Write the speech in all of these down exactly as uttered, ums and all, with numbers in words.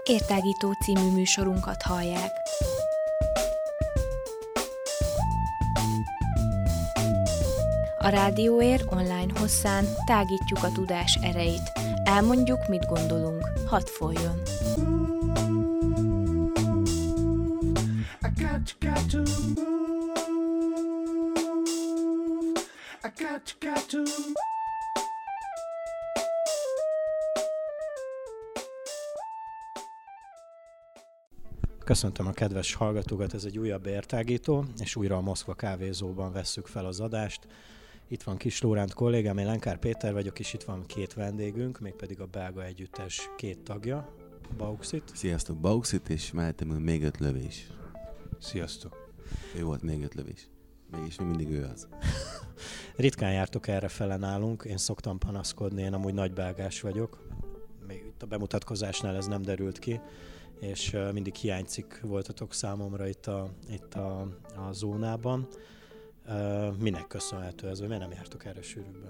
Értágító című műsorunkat hallják. A Rádióér online hosszán tágítjuk a tudás erejét. Elmondjuk, mit gondolunk. Hadd folyjon! Köszöntöm a kedves hallgatókat, ez egy újabb értágító, és újra a Moszkva kávézóban vesszük fel az adást. Itt van Kis Lóránt kollégám, én Lenkár Péter vagyok, és itt van két vendégünk, mégpedig a belga együttes két tagja, Bauxit. Sziasztok, Bauxit, és mellettem még öt lövés. Sziasztok. Ő volt még öt lövés. Mégis még mindig ő az. Ritkán jártok erre fele nálunk, én szoktam panaszkodni, én amúgy nagy belgás vagyok. Még itt a bemutatkozásnál ez nem derült ki, és uh, mindig hiánycikk voltatok számomra itt a, itt a, a zónában. Uh, minek köszönhető ez, vagy miért nem jártok erre sűrűbben?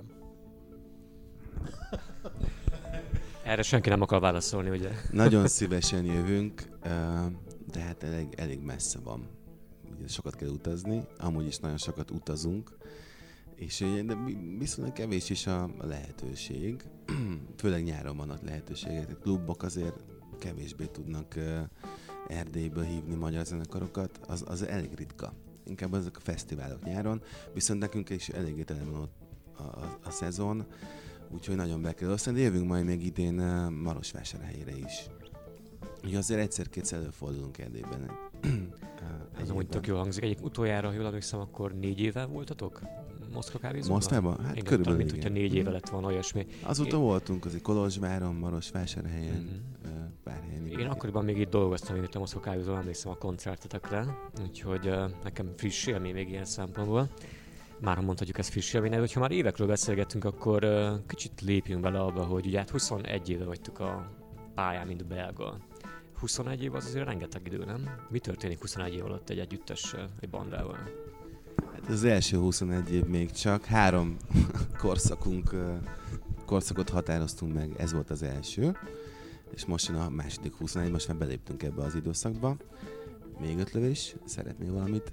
Erre senki nem akar válaszolni, ugye? Nagyon szívesen jövünk, de hát elég, elég messze van. Ugye sokat kell utazni, amúgy is nagyon sokat utazunk, és de viszonylag kevés is a lehetőség. Főleg nyáron vannak lehetőségek. A klubok azért kevésbé tudnak Erdélyből hívni magyar zenekarokat, az, az elég ritka. Inkább azok a fesztiválok nyáron, viszont nekünk is eléggé tele van ott a, a, a szezon, úgyhogy nagyon be kell osztani, de jövünk majd még idén Marosvásárhelyre is. Ugye azért egyszer-kétszer előfordulunk Erdélyben. Ez amúgy tök jól hangzik. Egyik utoljára, ha jól emlékszem, akkor négy éve voltatok Moszkva kávézóban? Moszkvában? Hát igen, körülbelül mint hogyha négy éve lett volna olyasmi. Azóta Én... voltunk azért Kolozsváron, Marosvásárhelyen, mm-hmm. pár helyen. Én akkoriban még itt dolgoztam, én itt a Moszkva kávézóban, emlékszem a koncertetekre, úgyhogy uh, nekem friss élmény még ilyen szempontból. Már ha mondhatjuk, ez friss élmény, de hogyha már évekről beszélgettünk, akkor uh, kicsit lépjünk bele abba, hogy ugye hát huszonegy éve vagytok a pályán, mint belga. huszonegy év az azért rengeteg idő, nem? Mi történik huszonegy év alatt egy együttessel, egy bandával? Hát az első huszonegy év még csak három korszakunk, korszakot határoztunk meg, ez volt az első, és most jön a második huszonegy, most már beléptünk ebbe az időszakba. Még öt lövés, szeretnél valamit?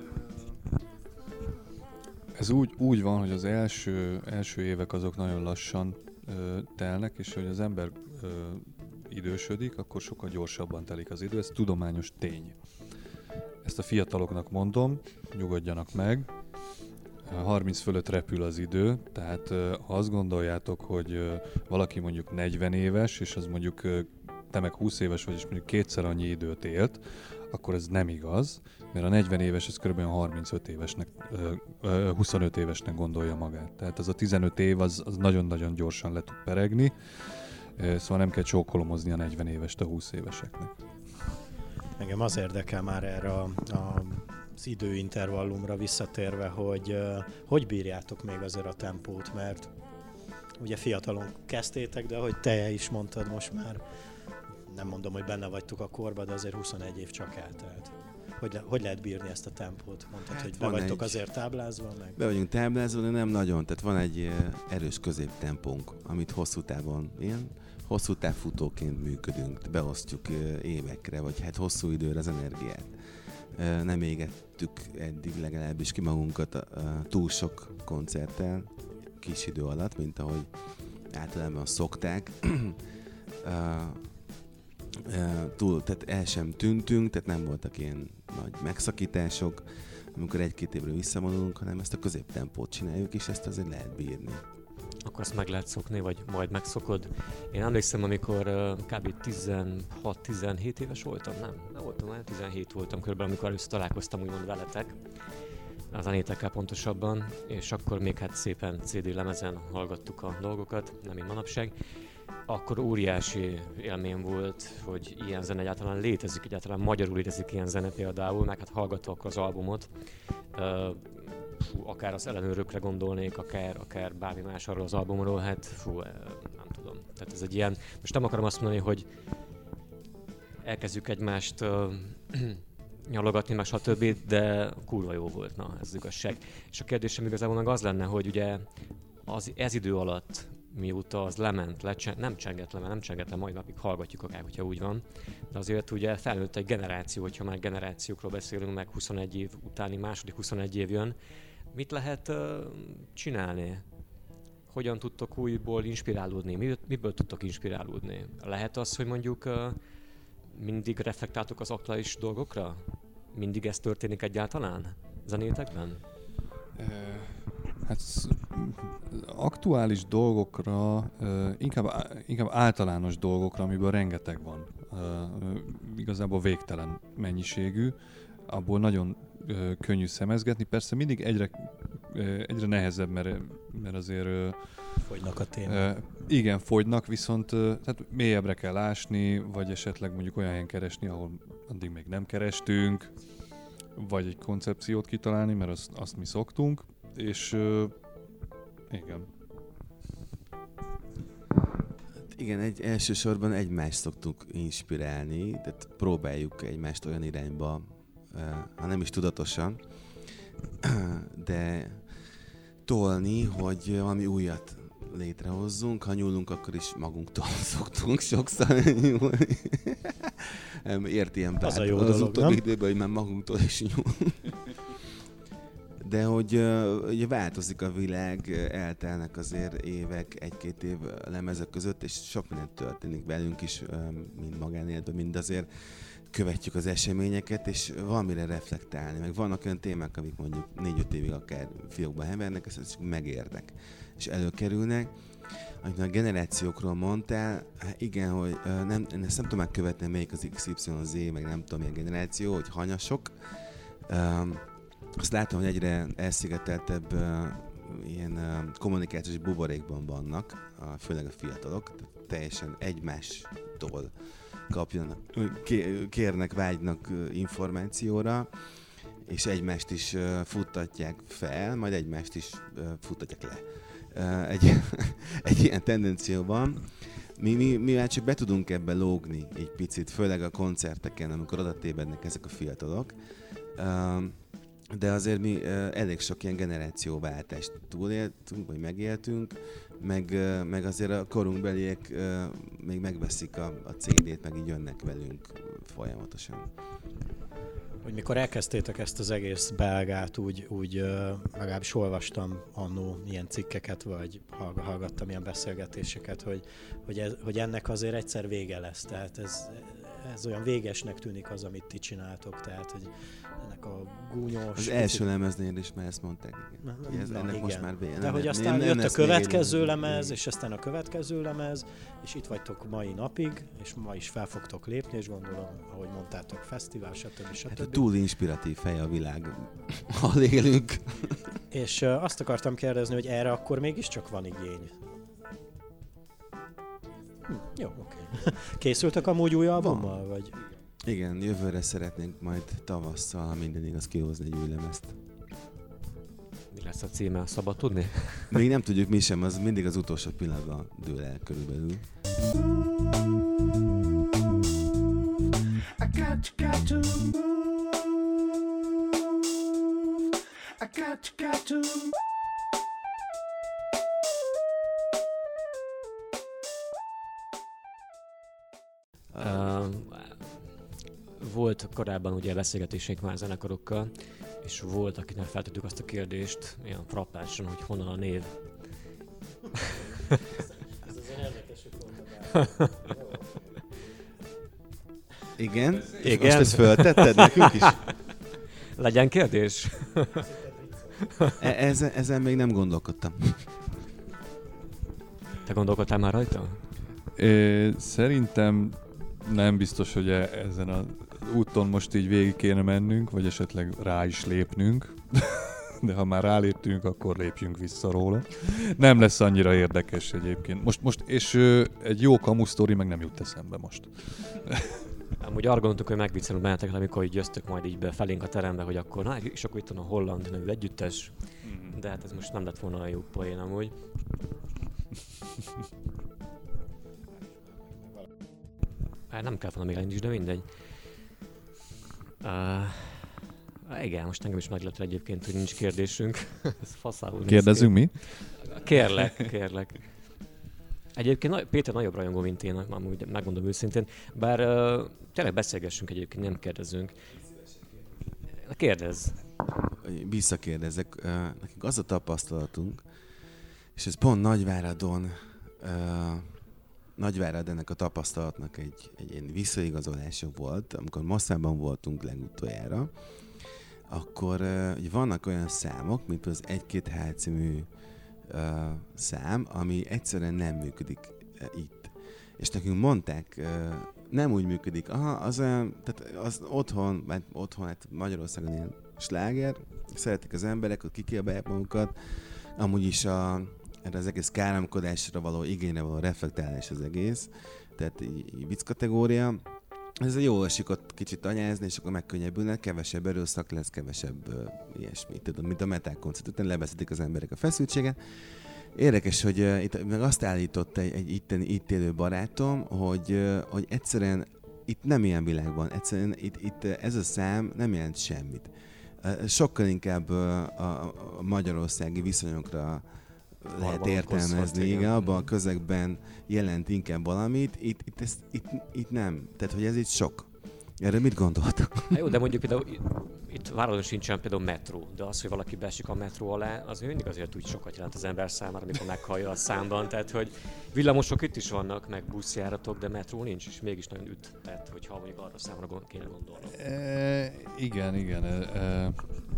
Ez úgy, úgy van, hogy az első, első évek azok nagyon lassan ö, telnek, és hogy az ember ö, idősödik, akkor sokkal gyorsabban telik az idő, ez tudományos tény. Ezt a fiataloknak mondom, nyugodjanak meg, harminc fölött repül az idő, tehát ha azt gondoljátok, hogy valaki mondjuk negyven éves, és az mondjuk te meg húsz éves vagy, és mondjuk kétszer annyi időt élt, akkor ez nem igaz, mert a negyven éves ez kb. harmincöt évesnek, huszonöt évesnek gondolja magát. Tehát az a tizenöt év az, az nagyon-nagyon gyorsan le tud peregni, szóval nem kell csókolomozni a negyven évest a húsz éveseknek. Engem az érdekel már erre a, a, az időintervallumra visszatérve, hogy uh, hogy bírjátok még azért a tempót, mert ugye fiatalon kezdtétek, de ahogy te is mondtad, most már nem mondom, hogy benne vagytok a korba, de azért huszonegy év csak eltelt. Hogy, le, hogy lehet bírni ezt a tempót? Mondtad, hát hogy be vagytok egy... azért táblázva? Meg... Be vagyunk táblázva, de nem nagyon. Tehát van egy erős középtempónk, amit hosszú távon ilyen hosszú távfutóként működünk, beosztjuk évekre, vagy hát hosszú időre az energiát. Nem égettük eddig legalábbis ki magunkat túl sok koncerttel, kis idő alatt, mint ahogy általában szokták. Túl, tehát el sem tűntünk, tehát nem voltak ilyen nagy megszakítások, amikor egy-két évre visszavonulunk, hanem ezt a középtempót csináljuk, és ezt azért lehet bírni. Akkor ezt meg lehet szokni, vagy majd megszokod. Én emlékszem, amikor uh, kb. tizenhat-tizenhét éves voltam, nem? Nem voltam, már tizenhét voltam körülbelül, amikor először találkoztam úgymond veletek, a zenétekkel pontosabban, és akkor még hát szépen cé dé lemezen hallgattuk a dolgokat, nem így manapság. Akkor óriási élmény volt, hogy ilyen zene egyáltalán létezik, egyáltalán magyarul létezik ilyen zene például, meg hát hallgatva akkor az albumot. Uh, Fú, akár az ellenőrökre gondolnék, akár, akár bármi más arról az albumról, hát fú, nem tudom. Tehát ez egy ilyen, most nem akarom azt mondani, hogy elkezdjük egymást uh, nyalogatni, meg stb., de kurva jó volt, na, ez az igazság. És a kérdésem igazából meg az lenne, hogy ugye az, ez idő alatt mióta az lement, lecsen, nem csengett le, mert nem csengett le, mai napig hallgatjuk akár, hogyha úgy van. De azért ugye felnőtt egy generáció, hogyha már generációkról beszélünk, meg huszonegy év utáni második huszonegy év jön. Mit lehet uh, csinálni? Hogyan tudtok újból inspirálódni? Mi, miből tudtok inspirálódni? Lehet az, hogy mondjuk uh, mindig reflektáltok az aktuális dolgokra? Mindig ez történik egyáltalán zenétekben? Hát aktuális dolgokra, inkább, inkább általános dolgokra, amiből rengeteg van. Igazából végtelen mennyiségű, abból nagyon könnyű szemezgetni. Persze mindig egyre, egyre nehezebb, mert, mert azért... Fogynak a témák. Igen, fogynak, viszont tehát mélyebbre kell ásni, vagy esetleg mondjuk olyan helyen keresni, ahol addig még nem kerestünk, vagy egy koncepciót kitalálni, mert azt, azt mi szoktunk, és uh, igen. Igen, egy, elsősorban egymást szoktuk inspirálni, tehát próbáljuk egymást olyan irányba, uh, ha nem is tudatosan, de tolni, hogy valami újat létrehozzunk. Ha nyúlunk, akkor is magunktól szoktunk sokszor nyúlni. Ért ilyen pár. Az a jó az dolog, utóbbi nem? időben, hogy már magunktól is nyúlunk. De hogy ugye változik a világ, eltelnek azért évek, egy-két év lemezek között, és sok minden történik velünk is, mind magánéletben, mind azért követjük az eseményeket, és valamire reflektálni. Meg vannak olyan témák, amik mondjuk négy-öt évig akár fiókban hevernek, ezt megérnek, és előkerülnek. Amit a generációkról mondtál, hát igen, hogy nem, én ezt nem tudom megkövetni, melyik az iksz ipszilon zé, meg nem tudom milyen generáció, hogy hanyasok. Um, azt látom, hogy egyre elszigeteltebb uh, ilyen uh, kommunikációs buborékban vannak, uh, főleg a fiatalok, teljesen egymástól kapjanak, kérnek, vágynak uh, információra, és egymást is uh, futtatják fel, majd egymást is uh, futtatják le. Uh, egy, egy ilyen tendenció van. Mi, mi, mi már csak be tudunk ebbe lógni egy picit, főleg a koncerteken, amikor oda tévednek ezek a fiatalok. Uh, de azért mi uh, elég sok ilyen generációváltást túléltünk, vagy megéltünk, meg, uh, meg azért a korunkbeliek uh, még megveszik a, a cé dét, meg így jönnek velünk folyamatosan. Hogy mikor elkezdtétek ezt az egész belgát, úgy, úgy uh, legalábbis olvastam annó ilyen cikkeket, vagy hallgattam ilyen beszélgetéseket, hogy, hogy, ez, hogy ennek azért egyszer vége lesz. Tehát ez, ez olyan végesnek tűnik az, amit ti csináltok. Tehát, hogy ennek a gúnyos... Az első lemeznél is már ezt mondták. Igen. Na, ez, na, ennek igen. most már vége. De hogy aztán nem, jött nem a következő még lemez, és aztán a következő lemez, és itt vagytok mai napig, és ma is fel fogtok lépni, és gondolom, ahogy mondtátok, fesztivál, stb. stb. Hát túl inspiratív hely a világ, ha élünk. És uh, azt akartam kérdezni, hogy erre akkor mégiscsak van igény. Hm, jó, oké. Okay. Készültek amúgy új albummal, vagy? Igen, jövőre szeretnénk majd tavasszal, ha minden igaz, kihozni egy új lemezt. Mi lesz a címe? Szabad tudni? Még nem tudjuk mi sem, az mindig az utolsó pillanatban dől el körülbelül. I got you, got to move. I got you, got to Uh, volt korábban ugye beszélgetéseink már zenekarokkal, és volt, akinek feltettük azt a kérdést, ilyen frappánsan, hogy honnan a név. Ez azért érdekes, hogy Igen? Igen. Most ezt föltetted nekünk is? Legyen kérdés? E- ezen, ezen még nem gondolkodtam. Te gondolkodtál már rajta? É, szerintem nem biztos, hogy e- ezen az úton most így végig kéne mennünk, vagy esetleg rá is lépnünk. De ha már ráléptünk, akkor lépjünk vissza róla. Nem lesz annyira érdekes egyébként. Most, most és ö, egy jó kamusztori meg nem jut eszembe most. Amúgy arra gondoltuk, hogy megviccelünk bennetek, amikor így jöztök majd így be felénk a terembe, hogy akkor na, és akkor itt van a Holland nevű együttes. De hát ez most nem lett volna a jó poén amúgy. Hát nem kell volna még lenni is, de mindegy. Uh, igen, most engem is meglett egyébként, hogy nincs kérdésünk. Ez faszául. Kérdezzünk mi? Kérlek, kérlek. Egyébként Péter nagyobb rajongó, mint én, amúgy megmondom őszintén. Bár uh, tényleg beszélgessünk egyébként, nem kérdezzünk. Kérdezz. Visszakérdezek. Uh, nekünk az a tapasztalatunk, és ez pont Nagyváradon, uh, Nagyvárad ennek a tapasztalatnak egy, egy ilyen visszaigazolása volt, amikor Masszában voltunk legutoljára, akkor uh, vannak olyan számok, mint az egy-két H című uh, szám, ami egyszerűen nem működik uh, itt. És nekünk mondták, uh, nem úgy működik, aha, az olyan, tehát az otthon, mert otthon, hát Magyarországon ilyen sláger, szeretik az emberek, hogy kikiabálják magukat, amúgy is a, erre az egész káromkodásra való igényre való reflektálás az egész, tehát így vicc kategória. Ez a jó esik ott kicsit anyázni, és akkor megkönnyebbülnek, kevesebb erőszak lesz, kevesebb uh, ilyesmi, tudom, mint a metal koncert után lebeszítik az emberek a feszültséget. Érdekes, hogy uh, itt meg azt állította egy, egy itteni, itt élő barátom, hogy, uh, hogy egyszerűen itt nem ilyen világ van, egyszerűen itt, itt ez a szám nem jelent semmit. Uh, sokkal inkább uh, a, a magyarországi viszonyokra lehet értelmezni, igen, abban a közegben jelent inkább valamit, itt, itt, ezt, itt, itt nem. Tehát, hogy ez itt sok. Erre mit gondoltak? Hát jó, de mondjuk például itt Váradon sincsen például metró, de az, hogy valaki beesik a metró alá, az mindig azért úgy sokat jelent az ember számára, amikor meghallja a számban. Tehát, hogy villamosok itt is vannak, meg buszjáratok, de metró nincs, és mégis nagyon üt. Tehát, hogyha mondjuk arra számra kéne gondolnom. E, igen, igen. E,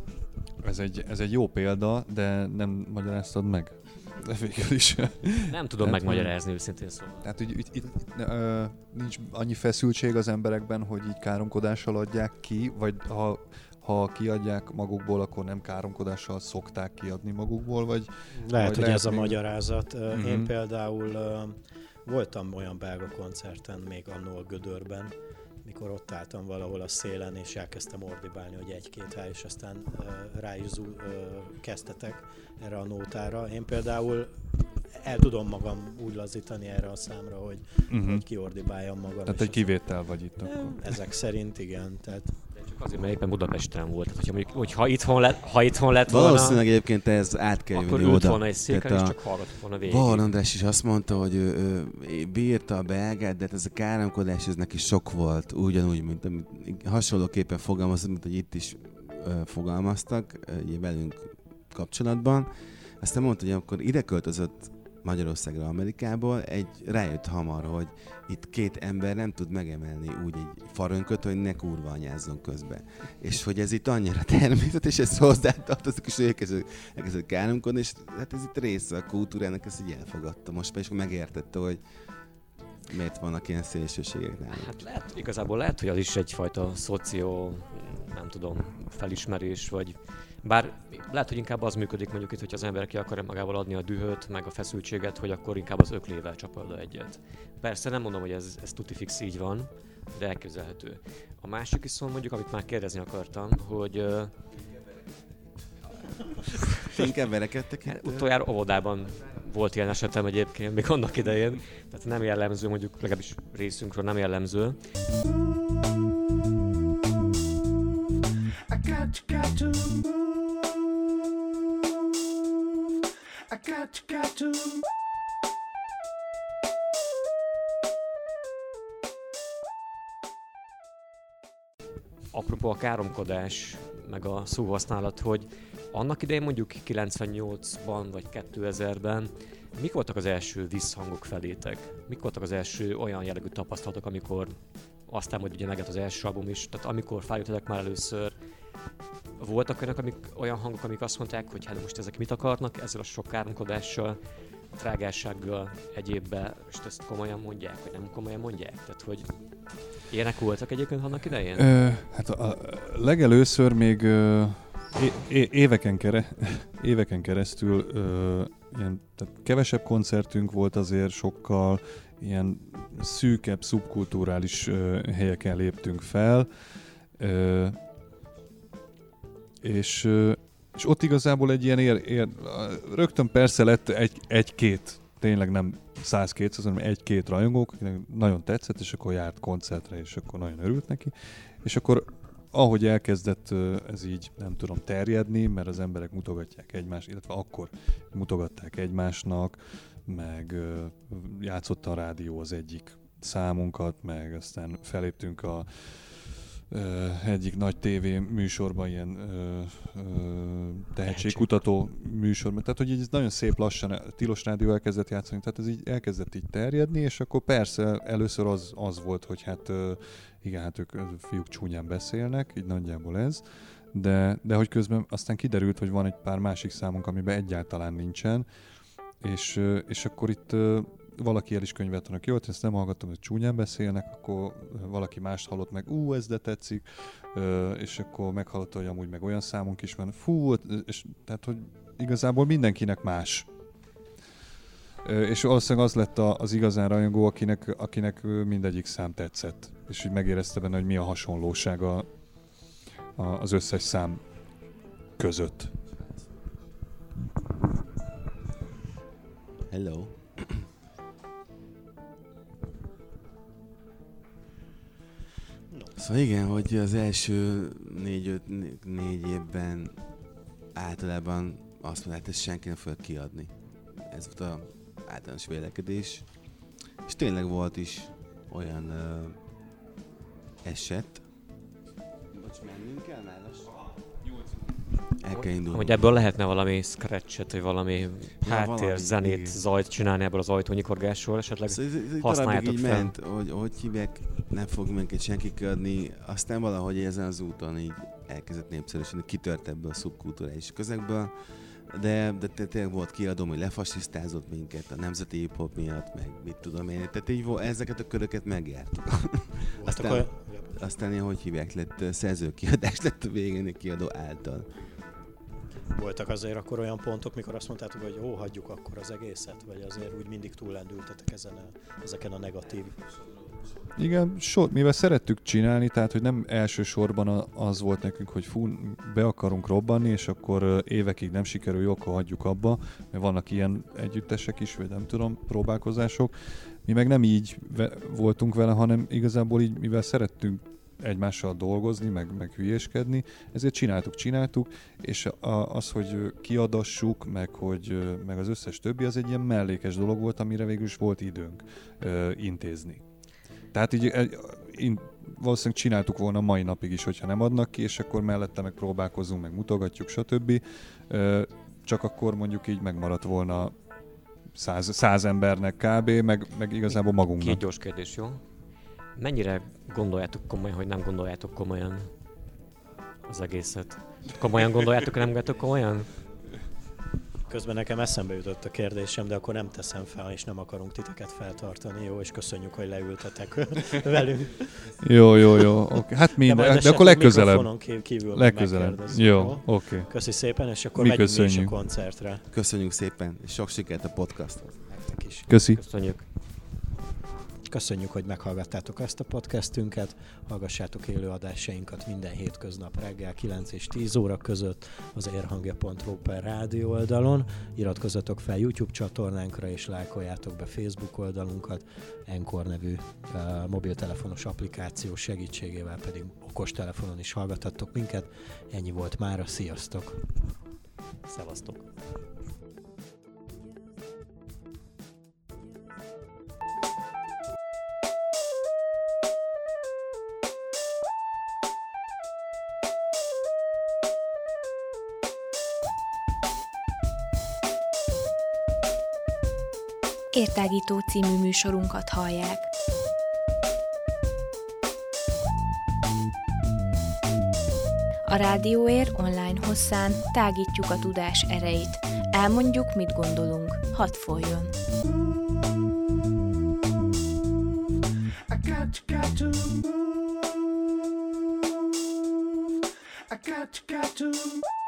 ez, egy, ez egy jó példa, de nem magyaráztad meg. De végül is. Nem tudom hát, megmagyarázni őszintén szóval. Tehát, hogy itt, itt uh, nincs annyi feszültség az emberekben, hogy így káromkodással adják ki, vagy ha, ha kiadják magukból, akkor nem káromkodással szokták kiadni magukból, vagy... Lehet, vagy hogy lehet ez még... a magyarázat. Uh-huh. Én Mhm. például uh, voltam olyan belga koncerten, még annó a Gödörben, mikor ott álltam valahol a szélen, és elkezdtem ordibálni, hogy egy-két hely, és aztán uh, rá is uh, kezdtetek erre a nótára. Én például el tudom magam úgy lazítani erre a számra, hogy, uh-huh. hogy kiordibáljam magam. Tehát egy kivétel vagy itt akkor. akkor. Ezek szerint igen. Tehát... Csak azért, mert éppen Budapesten volt. Tehát, hogyha mondjuk, hogy ha itthon lett, ha itthon lett volna... Valószínűleg egyébként ez át kell jönni oda. Akkor ült volna egy széken, és csak hallgatott volna végig. Vahan András is azt mondta, hogy ő, ő bírta a belgát, de ez a káromkodás, ez neki sok volt. Ugyanúgy, mint amit hasonlóképpen fogalmaztak, mint hogy itt is ö, fogalmaztak, ö, velünk kapcsolatban. Aztán mondta, hogy akkor ide költözött Magyarországra, Amerikából, egy rájött hamar, hogy itt két ember nem tud megemelni úgy egy farönköt, hogy ne kurva anyázzon közben. És hogy ez itt annyira természet, és ez hozzátartozik, és elkezdett, elkezdett káromkodni, és hát ez itt része a kultúrának, ezt így elfogadta most, és megértette, hogy miért vannak ilyen szélsőségek nálunk. Hát lehet, igazából lehet, hogy az is egyfajta szoció, nem tudom, felismerés, vagy bár lehet, hogy inkább az működik mondjuk itt, hogy az ember ki akarja magával adni a dühöt, meg a feszültséget, hogy akkor inkább az öklével csap oda egyet. Persze nem mondom, hogy ez, ez tuti fix így van, de elképzelhető. A másik viszont mondjuk, amit már kérdezni akartam, hogy... Uh, Inkább verekedtek itt? Utoljára óvodában volt ilyen esetem egyébként, még annak idején, tehát nem jellemző, mondjuk legalábbis részünkről nem jellemző. I got you, got to move. I got you, got to Apropó a káromkodás, meg a szóhasználat, hogy annak idején mondjuk kilencvennyolcban vagy kétezerben mik voltak az első visszhangok felétek? Mik voltak az első olyan jellegű tapasztalatok, amikor aztán majd ugye megett az első album is, tehát amikor feljöttetek már először, voltak önök amik, olyan hangok, amik azt mondták, hogy hát most ezek mit akarnak, ezzel a sok káromkodással, a trágársággal, egyébben, és ezt komolyan mondják, vagy nem komolyan mondják? Tehát, hogy ilyenek voltak egyébként annak idején? Ö, hát a, a legelőször még ö, é, éveken, kere, éveken keresztül ö, ilyen, tehát kevesebb koncertünk volt azért, sokkal ilyen szűkebb, szubkulturális ö, helyeken léptünk fel, ö, és, ö, és ott igazából egy ilyen ér, ér, rögtön persze lett egy, egy-két, tényleg nem száz-kétszáz, hanem egy-két rajongók, akinek nagyon tetszett, és akkor járt koncertre, és akkor nagyon örült neki. És akkor ahogy elkezdett ez így, nem tudom, terjedni, mert az emberek mutogatják egymást, illetve akkor mutogatták egymásnak, meg ö, játszotta a rádió az egyik számunkat, meg aztán feléptünk a ö, egyik nagy tévé műsorban, ilyen ö, ö, tehetségkutató műsorban. Tehát, hogy így nagyon szép lassan a Tilos Rádió elkezdett játszani, tehát ez így elkezdett így terjedni, és akkor persze először az, az volt, hogy hát ö, igen, hát ők fiúk csúnyán beszélnek, így nagyjából ez, de, de hogy közben aztán kiderült, hogy van egy pár másik számunk, amiben egyáltalán nincsen, és, és akkor itt valaki el is könyvet annak, jó, ezt nem hallgattam, hogy csúnyán beszélnek, akkor valaki mást hallott meg, ú, ez de tetszik, és akkor meghallotta, hogy amúgy meg olyan számunk is van, fú, és tehát, hogy igazából mindenkinek más. És valószínűleg az lett az igazán rajongó, akinek, akinek mindegyik szám tetszett, és így megérezte benne, hogy mi a hasonlóság a, a, az összes szám között. Hello. Szóval igen, hogy az első négy-öt négy évben általában azt mondták, hogy senki nem fogja kiadni. Ez volt az általános vélekedés. És tényleg volt is olyan uh, eset. Bocs, mennünk kell már lassan? El kell indulni. Hogy ebből lehetne valami scratchet, vagy valami Ja, háttér valami, zenét, igen. zajt csinálni ebből az ajtónyikorgásról, esetleg Szóval ez, ez használjátok így fel. ment, hogy hogy hívják, nem fog minket senki kiadni, aztán valahogy ezen az úton így elkezdett népszerűsödni, kitört ebből a szubkulturális közegből, de, de tényleg volt kiadom, hogy lefasisztázott minket a nemzeti hip-hop miatt, meg mit tudom én, tehát így ezeket a köröket megjártuk. aztán, olyan... aztán ilyen, hogy hívják, lett szerzőkiadás lett a végén egy kiadó által. Voltak azért akkor olyan pontok, mikor azt mondtátok, hogy jó, hagyjuk akkor az egészet, vagy azért úgy mindig túllendültetek ezen a, ezeken a negatív... Igen, so, mivel szerettük csinálni, tehát hogy nem elsősorban az volt nekünk, hogy fú, be akarunk robbanni, és akkor évekig nem sikerül, jó, akkor hagyjuk abba, mert vannak ilyen együttesek is, vagy nem tudom, próbálkozások. Mi meg nem így ve- voltunk vele, hanem igazából így, mivel szerettünk egymással dolgozni, meg, meg hülyéskedni, ezért csináltuk, csináltuk, és a, az, hogy kiadassuk, meg, hogy, meg az összes többi, az egy ilyen mellékes dolog volt, amire végül is volt időnk ö, intézni. Tehát így én valószínűleg csináltuk volna mai napig is, hogyha nem adnak ki, és akkor mellette meg próbálkozunk, meg mutogatjuk, stb. Csak akkor mondjuk így megmaradt volna száz, száz embernek kb., meg, meg igazából magunknak. Két gyors kérdés, jó? Mennyire gondoljátok komolyan, hogy nem gondoljátok komolyan az egészet? Komolyan gondoljátok, hogy nem gondoljátok komolyan? Közben nekem eszembe jutott a kérdésem, de akkor nem teszem fel, és nem akarunk titeket feltartani, jó? És köszönjük, hogy leültetek velünk. Jó, jó, jó. Okay. Hát minden, de, de akkor legközelebb. Kívül legközelebb. Jó, oké. Okay. Köszi szépen, és akkor Mi megyünk köszönjük. mi is a koncertre. Köszönjük szépen, és sok sikert a podcasthoz. Nektek is. Köszi. Köszönjük. Köszönjük, hogy meghallgattátok ezt a podcastünket. Hallgassátok élő adásainkat minden hétköznap reggel kilenc és tíz óra között az érhangja pont ru per rádió oldalon. Iratkozzatok fel YouTube csatornánkra és lájkoljátok be Facebook oldalunkat. Encore nevű uh, mobiltelefonos applikáció segítségével pedig okostelefonon is hallgathattok minket. Ennyi volt mára, sziasztok! Szevasztok! Értágító című műsorunkat hallják. A Rádióér online hosszán tágítjuk a tudás erejét. Elmondjuk, mit gondolunk. Hadd folyjon! I got you, got to move. I got you, got to